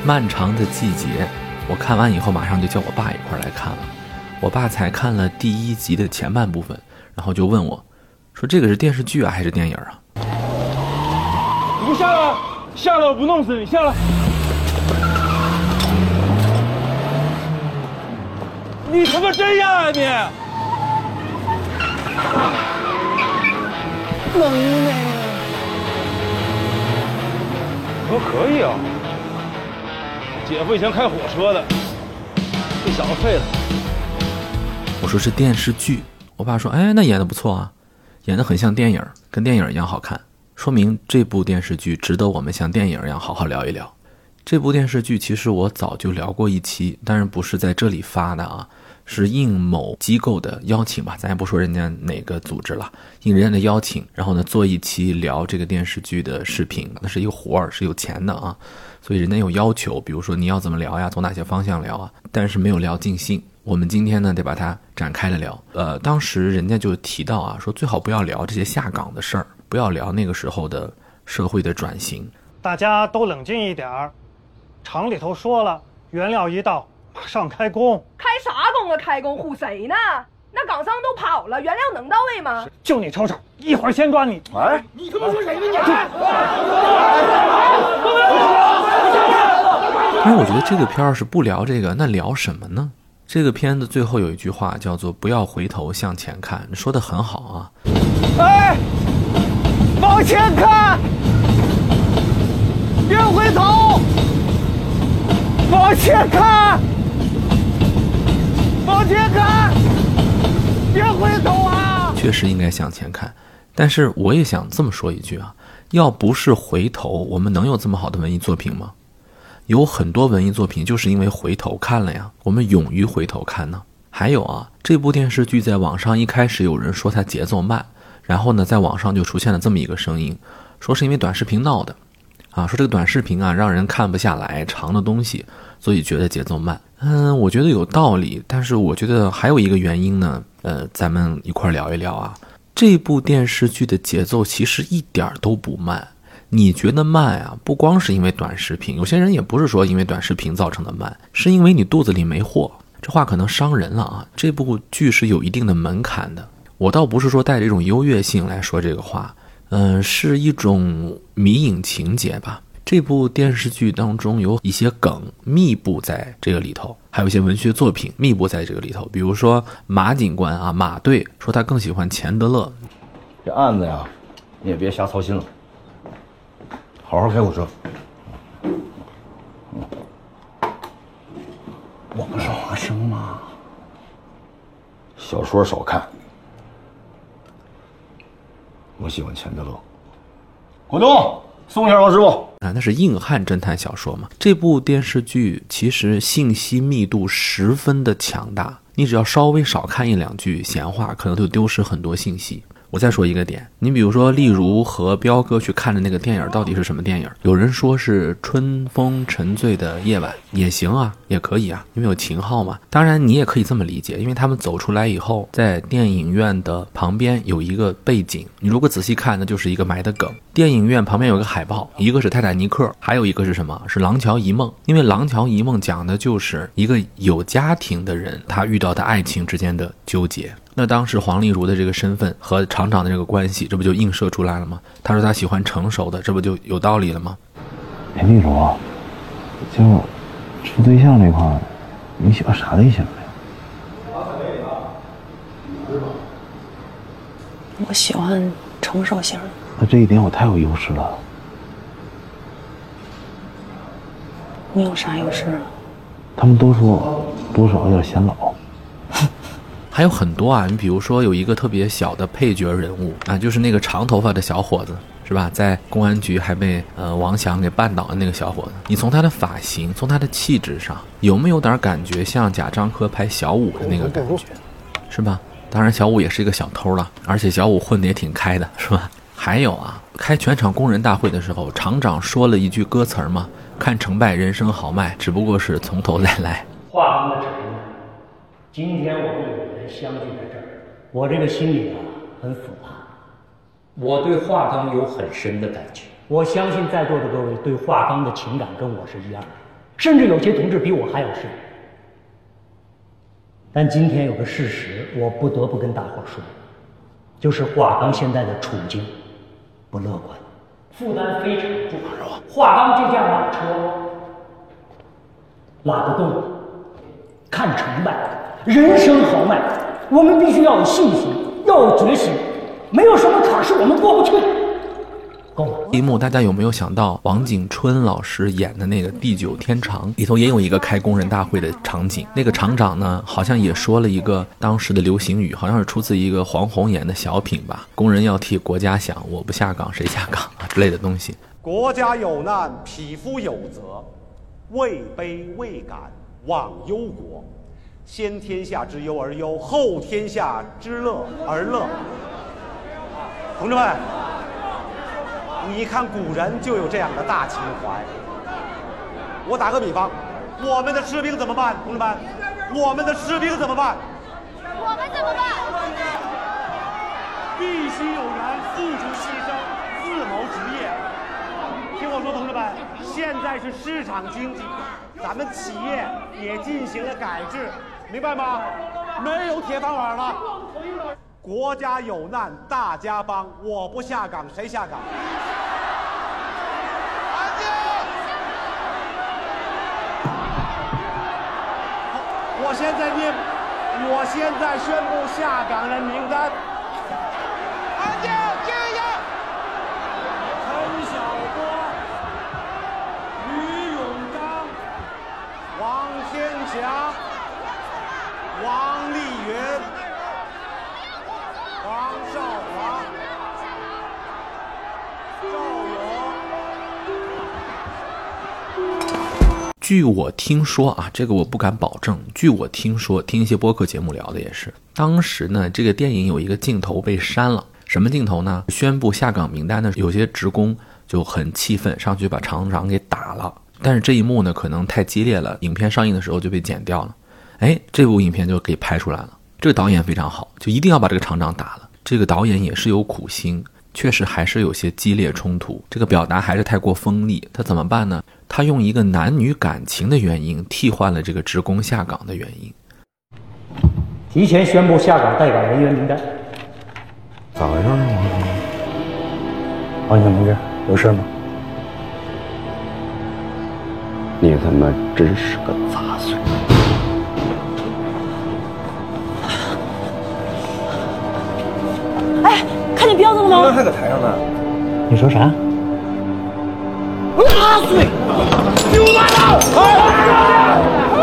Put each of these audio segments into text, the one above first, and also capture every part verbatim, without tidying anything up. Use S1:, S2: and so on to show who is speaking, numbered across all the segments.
S1: 漫长的季节，我看完以后马上就叫我爸一块来看了。我爸才看了第一集的前半部分，然后就问我说这个是电视剧啊还是电影啊？
S2: 你给我下来，下来我不弄死你，下来。你他妈真样啊你！能耐。说可以啊，姐夫以前开火车的，这小子废了。
S1: 我说是电视剧，我爸说哎那演得不错啊，演得很像电影，跟电影一样好看，说明这部电视剧值得我们像电影一样好好聊一聊。这部电视剧其实我早就聊过一期，当然不是在这里发的啊，是应某机构的邀请吧，咱也不说人家哪个组织了，应人家的邀请，然后呢做一期聊这个电视剧的视频，那是一个活儿，是有钱的啊，所以人家有要求，比如说你要怎么聊呀，从哪些方向聊啊，但是没有聊尽兴。我们今天呢得把它展开了聊。呃，当时人家就提到啊，说最好不要聊这些下岗的事儿，不要聊那个时候的社会的转型。
S3: 大家都冷静一点儿，厂里头说了，原料一到马上开工。
S4: 开啥工啊？开工唬谁呢？那岗商都跑了，原料能到位吗？
S3: 就你瞅瞅，一会儿先抓你。
S2: 哎，你他妈说谁呢你？
S1: 但是我觉得这个片儿是不聊这个，那聊什么呢？这个片子最后有一句话叫做不要回头向前看，说得很好啊。
S3: 哎，往前看，别回头，往前看，往前看，别回头啊！
S1: 确实应该向前看，但是我也想这么说一句啊，要不是回头，我们能有这么好的文艺作品吗？有很多文艺作品就是因为回头看了呀，我们勇于回头看呢。还有啊，这部电视剧在网上一开始有人说它节奏慢，然后呢在网上就出现了这么一个声音，说是因为短视频闹的啊，说这个短视频啊让人看不下来长的东西，所以觉得节奏慢。嗯，我觉得有道理，但是我觉得还有一个原因呢，呃，咱们一块聊一聊啊。这部电视剧的节奏其实一点都不慢。你觉得慢啊，不光是因为短视频，有些人也不是说因为短视频造成的慢，是因为你肚子里没货。这话可能伤人了啊，这部剧是有一定的门槛的。我倒不是说带着一种优越性来说这个话，嗯、呃，是一种迷影情节吧。这部电视剧当中有一些梗密布在这个里头，还有一些文学作品密布在这个里头，比如说马警官啊，马队说他更喜欢钱德勒。
S5: 这案子呀，你也别瞎操心了，好好开火车。我不是华生吗？小说少看，我喜欢钱德勒。滚动，送一下王师傅。
S1: 啊，那是硬汉侦探小说嘛。这部电视剧其实信息密度十分的强大，你只要稍微少看一两句闲话，可能就丢失很多信息。我再说一个点，你比如说例如和彪哥去看的那个电影到底是什么电影，有人说是春风沉醉的夜晚，也行啊，也可以啊，因为有秦昊嘛。当然你也可以这么理解，因为他们走出来以后在电影院的旁边有一个背景，你如果仔细看那就是一个埋的梗。电影院旁边有个海报，一个是泰坦尼克，还有一个是什么？是廊桥遗梦。因为廊桥遗梦讲的就是一个有家庭的人他遇到的爱情之间的纠结。那当时黄丽茹的这个身份和厂长的这个关系，这不就映射出来了吗？他说他喜欢成熟的，这不就有道理了吗？
S6: 哎，丽茹啊，就处对象这块，你喜欢啥类型的呀？
S7: 我喜欢成熟型的。
S6: 那这一点我太有优势了。
S7: 你有啥优势啊？
S6: 他们都说多少有点显老。
S1: 还有很多啊，你比如说有一个特别小的配角人物啊，就是那个长头发的小伙子，是吧？在公安局还被呃王翔给绊倒的那个小伙子，你从他的发型，从他的气质上，有没有点感觉像贾樟柯拍小五的那个感觉，是吧？当然小五也是一个小偷了，而且小五混得也挺开的，是吧？还有啊，开全场工人大会的时候，厂长说了一句歌词嘛，看成败人生豪迈，只不过是从头再来。
S8: 华钢的产业，今天我们有人相聚在这儿，我这个心里啊很复杂。
S9: 我对华钢有很深的感情，
S8: 我相信在座的各位对华钢的情感跟我是一样的。 甚至有些同志比我还要深。但今天有个事实，我不得不跟大伙说，就是华钢现在的处境不乐观，负担非常重。华钢这架马车拉不动了，看成败，人生豪迈，我们必须要有信心，要有决心，没有什么坎是我们过不去的。够了。
S1: 一幕大家有没有想到王景春老师演的那个《地久天长》里头也有一个开工人大会的场景，那个厂长呢好像也说了一个当时的流行语，好像是出自一个黄宏演的小品吧，工人要替国家想，我不下岗谁下岗啊之类的东西。
S10: 国家有难，匹夫有责，位卑未敢忘忧国，先天下之忧而忧，后天下之乐而乐。同志们，你看古人就有这样的大情怀。我打个比方，我们的士兵怎么办？同志们，我们的士兵怎么办？
S11: 我们怎么办？
S10: 必须有人付出牺牲，自谋职业。听我说，同志们，现在是市场经济，咱们企业也进行了改制，明白吗？没有铁饭碗了。国家有难，大家帮，我不下岗谁下岗？我现在念，我现在宣布下岗人名单。安静，静一下。陈晓波、于永章、王天祥、王丽云、王少华、赵勇。
S1: 据我听说啊，这个我不敢保证。据我听说，听一些播客节目聊的也是，当时呢，这个电影有一个镜头被删了。什么镜头呢？宣布下岗名单的有些职工就很气愤，上去把厂长给打了。但是这一幕呢，可能太激烈了，影片上映的时候就被剪掉了。哎，这部影片就给拍出来了。这个导演非常好，就一定要把这个厂长打了。这个导演也是有苦心，确实还是有些激烈冲突，这个表达还是太过锋利。他怎么办呢？他用一个男女感情的原因替换了这个职工下岗的原因。
S8: 提前宣布下岗待岗人员名单。
S6: 咋回事呢？
S8: 王景同志，有事吗？
S5: 你他妈真是个杂碎！
S7: 哎，看见彪子了吗？
S6: 刚刚还搁台上呢。
S8: 你说啥？
S10: 杂碎！丢完了！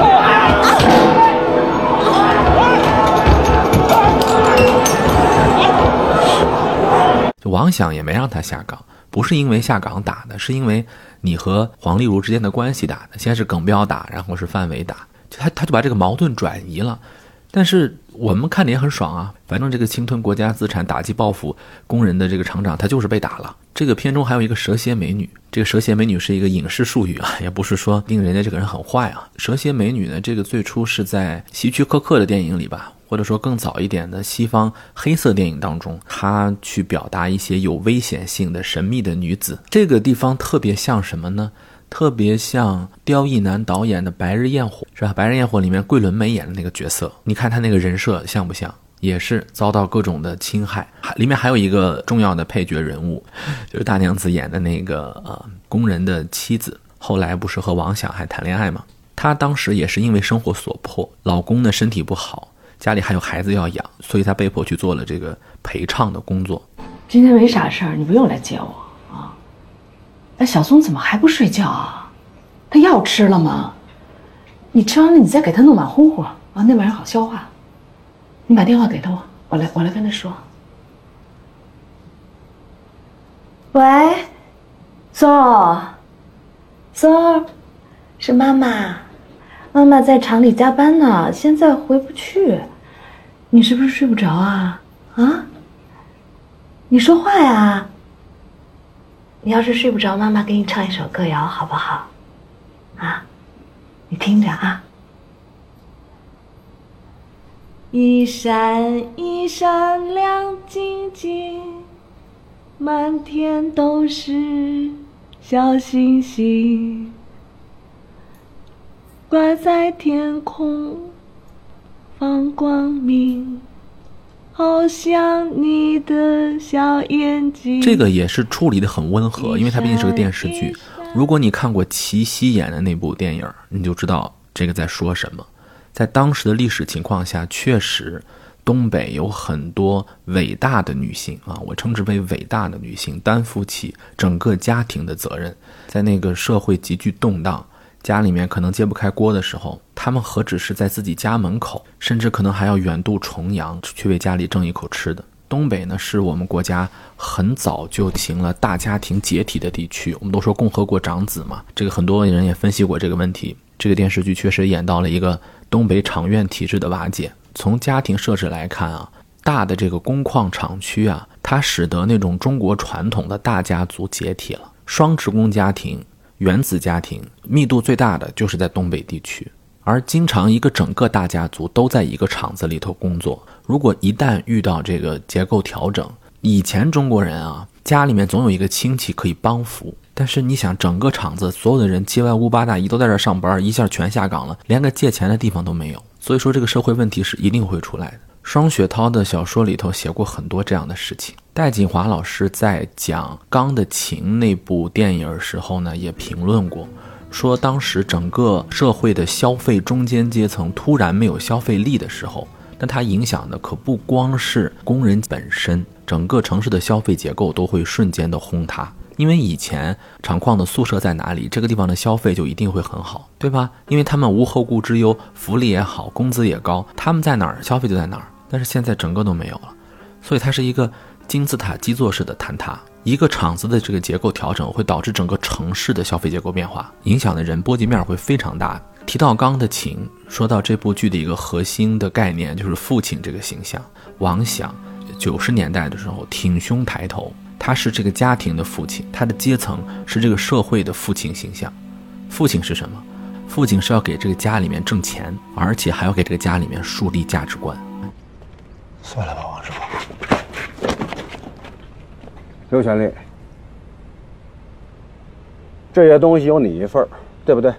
S1: 就王想也没让他下岗，不是因为下岗打的，是因为你和黄丽茹之间的关系打的。先是耿彪打，然后是范伟打，就他他就把这个矛盾转移了。但是我们看的也很爽啊，反正这个侵吞国家资产、打击报复工人的这个厂长，他就是被打了。这个片中还有一个蛇蝎美女，这个蛇蝎美女是一个影视术语啊，也不是说定人家这个人很坏啊。蛇蝎美女呢，这个最初是在希区柯克的电影里吧，或者说更早一点的西方黑色电影当中，她去表达一些有危险性的神秘的女子。这个地方特别像什么呢？特别像刁亦男导演的《白日焰火》，是吧？《白日焰火》里面桂纶镁演的那个角色，你看他那个人设像不像？也是遭到各种的侵害。里面还有一个重要的配角人物，就是大娘子演的那个呃工人的妻子，后来不是和王想还谈恋爱吗？她当时也是因为生活所迫，老公呢身体不好，家里还有孩子要养，所以她被迫去做了这个陪唱的工作。
S7: 今天没啥事儿，你不用来接我啊。哎，小松怎么还不睡觉啊？他药吃了吗？你吃完了，你再给他弄碗糊糊啊，那玩意儿好消化。你把电话给他我，我来我来跟他说。喂，松儿，松儿，是妈妈，妈妈在厂里加班呢，现在回不去。你是不是睡不着啊？啊？你说话呀！你要是睡不着，妈妈给你唱一首歌谣，好不好？啊，你听着啊。一闪一闪亮晶晶，满天都是小星星。 挂在天空放光明，好像你的小眼睛。
S1: 这个也是处理的很温和，因为它毕竟是个电视剧。如果你看过齐溪演的那部电影，你就知道这个在说什么。在当时的历史情况下，确实东北有很多伟大的女性啊，我称之为伟大的女性，担负起整个家庭的责任。在那个社会急剧动荡，家里面可能揭不开锅的时候，他们何止是在自己家门口，甚至可能还要远渡重洋去为家里挣一口吃的。东北呢，是我们国家很早就行了大家庭解体的地区，我们都说共和国长子嘛，这个很多人也分析过这个问题。这个电视剧确实演到了一个东北厂院体制的瓦解。从家庭设置来看啊，大的这个工矿厂区啊，它使得那种中国传统的大家族解体了。双职工家庭、原子家庭密度最大的就是在东北地区，而经常一个整个大家族都在一个厂子里头工作。如果一旦遇到这个结构调整，以前中国人啊，家里面总有一个亲戚可以帮扶，但是你想整个厂子所有的人七外屋八大姨都在这上班，一下全下岗了，连个借钱的地方都没有。所以说这个社会问题是一定会出来的。双雪涛的小说里头写过很多这样的事情。戴锦华老师在讲《钢的琴》那部电影时候呢，也评论过，说当时整个社会的消费中间阶层突然没有消费力的时候，但它影响的可不光是工人本身，整个城市的消费结构都会瞬间的轰塌。因为以前厂矿的宿舍在哪里，这个地方的消费就一定会很好，对吧？因为他们无后顾之忧，福利也好，工资也高，他们在哪儿消费就在哪儿。但是现在整个都没有了，所以它是一个金字塔基座式的坍塌。一个厂子的这个结构调整会导致整个城市的消费结构变化，影响的人波及面会非常大。提到钢的琴，说到这部剧的一个核心的概念，就是父亲这个形象。王响九十年代的时候挺胸抬头，他是这个家庭的父亲，他的阶层是这个社会的父亲形象。父亲是什么？父亲是要给这个家里面挣钱，而且还要给这个家里面树立价值观。
S6: 算了吧，王师傅。
S5: 刘全利，这些东西有你一份，对不对？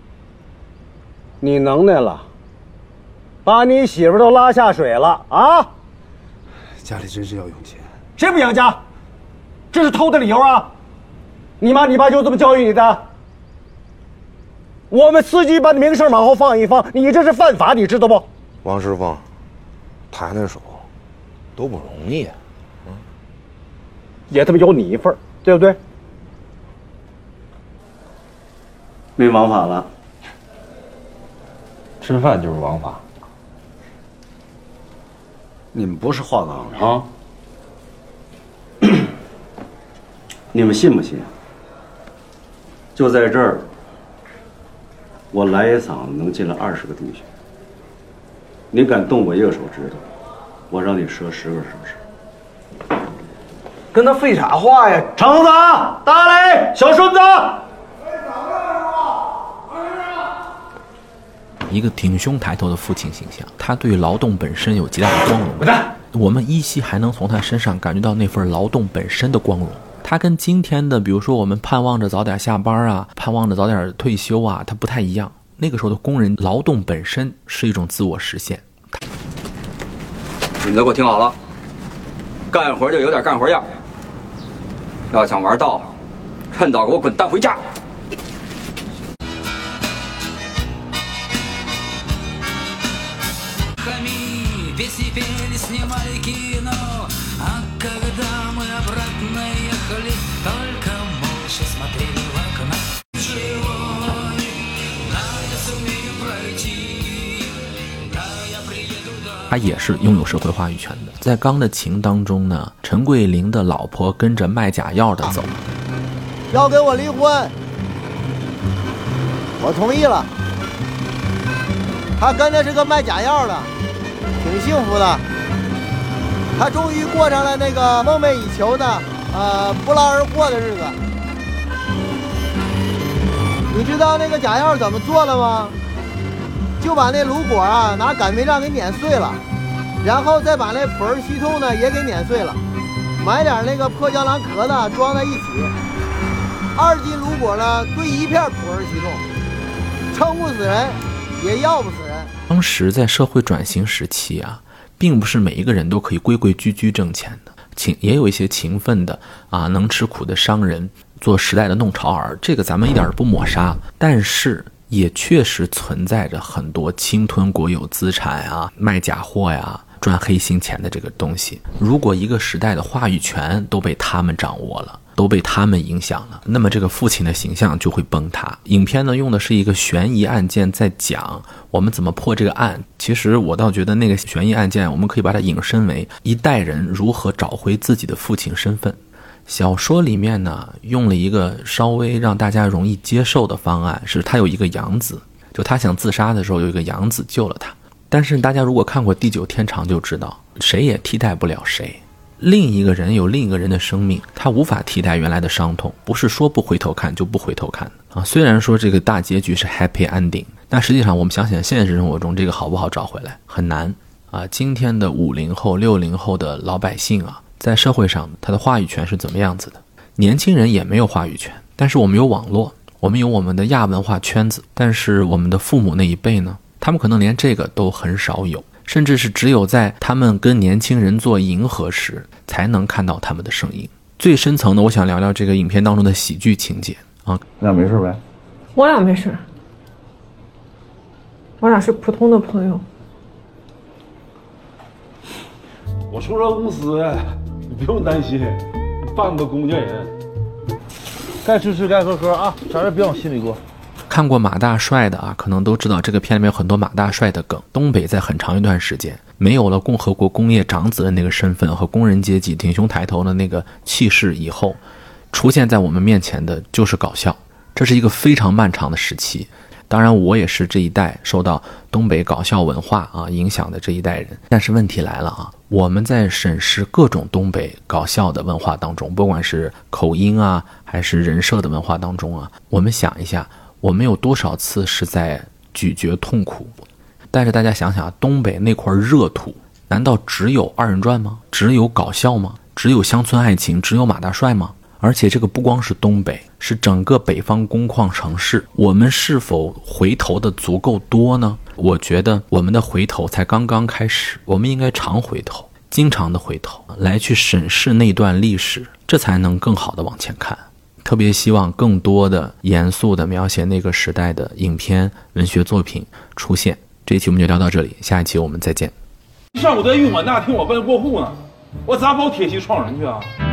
S5: 你能耐了，把你媳妇都拉下水了啊！
S6: 家里真是要用钱。
S5: 谁不养家？这是偷的理由啊！你妈你爸就这么教育你的？我们司机把你名声往后放一放，你这是犯法，你知道不？
S6: 王师傅，抬抬手，都不容易啊。嗯，
S5: 也他妈有你一份，对不对？没王法了。
S6: 吃饭就是王法。
S5: 你们不是华岗啊？你们信不信？就在这儿，我来一嗓子能进来二十个弟兄。你敢动我一个手指头，我让你折十个手指。
S6: 跟他废啥话呀？
S5: 橙子、大雷、小顺子。
S1: 一个挺胸抬头的父亲形象，他对劳动本身有极大的光荣感。我们依稀还能从他身上感觉到那份劳动本身的光荣。他跟今天的，比如说我们盼望着早点下班啊，盼望着早点退休啊，他不太一样。那个时候的工人劳动本身是一种自我实现。
S12: 你们都给我听好了，干活就有点干活样，要想玩到，趁早给我滚蛋回家。
S1: 他也是拥有社会话语权的。在《钢的琴》当中呢，陈桂林的老婆跟着卖假药的走，
S13: 要跟我离婚，我同意了。他跟的是个卖假药的，挺幸福的。他终于过上了那个梦寐以求的呃不劳而获的日子。你知道那个假药怎么做的吗？就把那卤果啊拿擀面杖给碾碎了，然后再把那普洱西痛呢也给碾碎了，买点那个破胶囊壳子装在一起，二斤卤果呢兑一片普洱西痛， 撑不死人，也要不死人。
S1: 当时在社会转型时期啊，并不是每一个人都可以规规矩矩挣钱的，勤也有一些勤奋的啊，能吃苦的商人，做时代的弄潮儿，这个咱们一点不抹杀，但是也确实存在着很多侵吞国有资产啊、卖假货呀、赚黑心钱的这个东西。如果一个时代的话语权都被他们掌握了，都被他们影响了，那么这个父亲的形象就会崩塌。影片呢用的是一个悬疑案件，在讲我们怎么破这个案。其实我倒觉得那个悬疑案件，我们可以把它引申为一代人如何找回自己的父亲身份。小说里面呢用了一个稍微让大家容易接受的方案，是他有一个养子，就他想自杀的时候有一个养子救了他。但是大家如果看过地久天长就知道，谁也替代不了谁。另一个人有另一个人的生命，他无法替代原来的伤痛，不是说不回头看就不回头看啊。虽然说这个大结局是 happy ending， 但实际上我们想想现实生活中这个好不好找回来，很难啊。今天的五零后、六零后的老百姓啊，在社会上他的话语权是怎么样子的？年轻人也没有话语权，但是我们有网络，我们有我们的亚文化圈子，但是我们的父母那一辈呢，他们可能连这个都很少有。甚至是只有在他们跟年轻人做迎合时，才能看到他们的声音。最深层的，我想聊聊这个影片当中的喜剧情节啊。
S6: 那没事呗？
S14: 我俩没事，我俩是普通的朋友。
S2: 我出了公司，你不用担心，半个公家人，该吃吃该喝喝啊，啥事别往心里过。
S1: 看过马大帅的啊，可能都知道这个片里面有很多马大帅的梗。东北在很长一段时间没有了共和国工业长子的那个身份和工人阶级挺胸抬头的那个气势以后，出现在我们面前的就是搞笑。这是一个非常漫长的时期。当然我也是这一代受到东北搞笑文化啊影响的这一代人。但是问题来了啊，我们在审视各种东北搞笑的文化当中，不管是口音啊还是人设的文化当中啊，我们想一下，我们有多少次是在咀嚼痛苦？但是大家想想，东北那块热土，难道只有二人转吗？只有搞笑吗？只有乡村爱情？只有马大帅吗？而且这个不光是东北，是整个北方工矿城市。我们是否回头的足够多呢？我觉得我们的回头才刚刚开始，我们应该常回头，经常的回头，来去审视那段历史，这才能更好的往前看。特别希望更多的严肃的描写那个时代的影片文学作品出现。这一期我们就聊到这里，下一期我们再见。
S2: 上午在用我那听我奔过户呢，我咋跑铁西撞人去啊？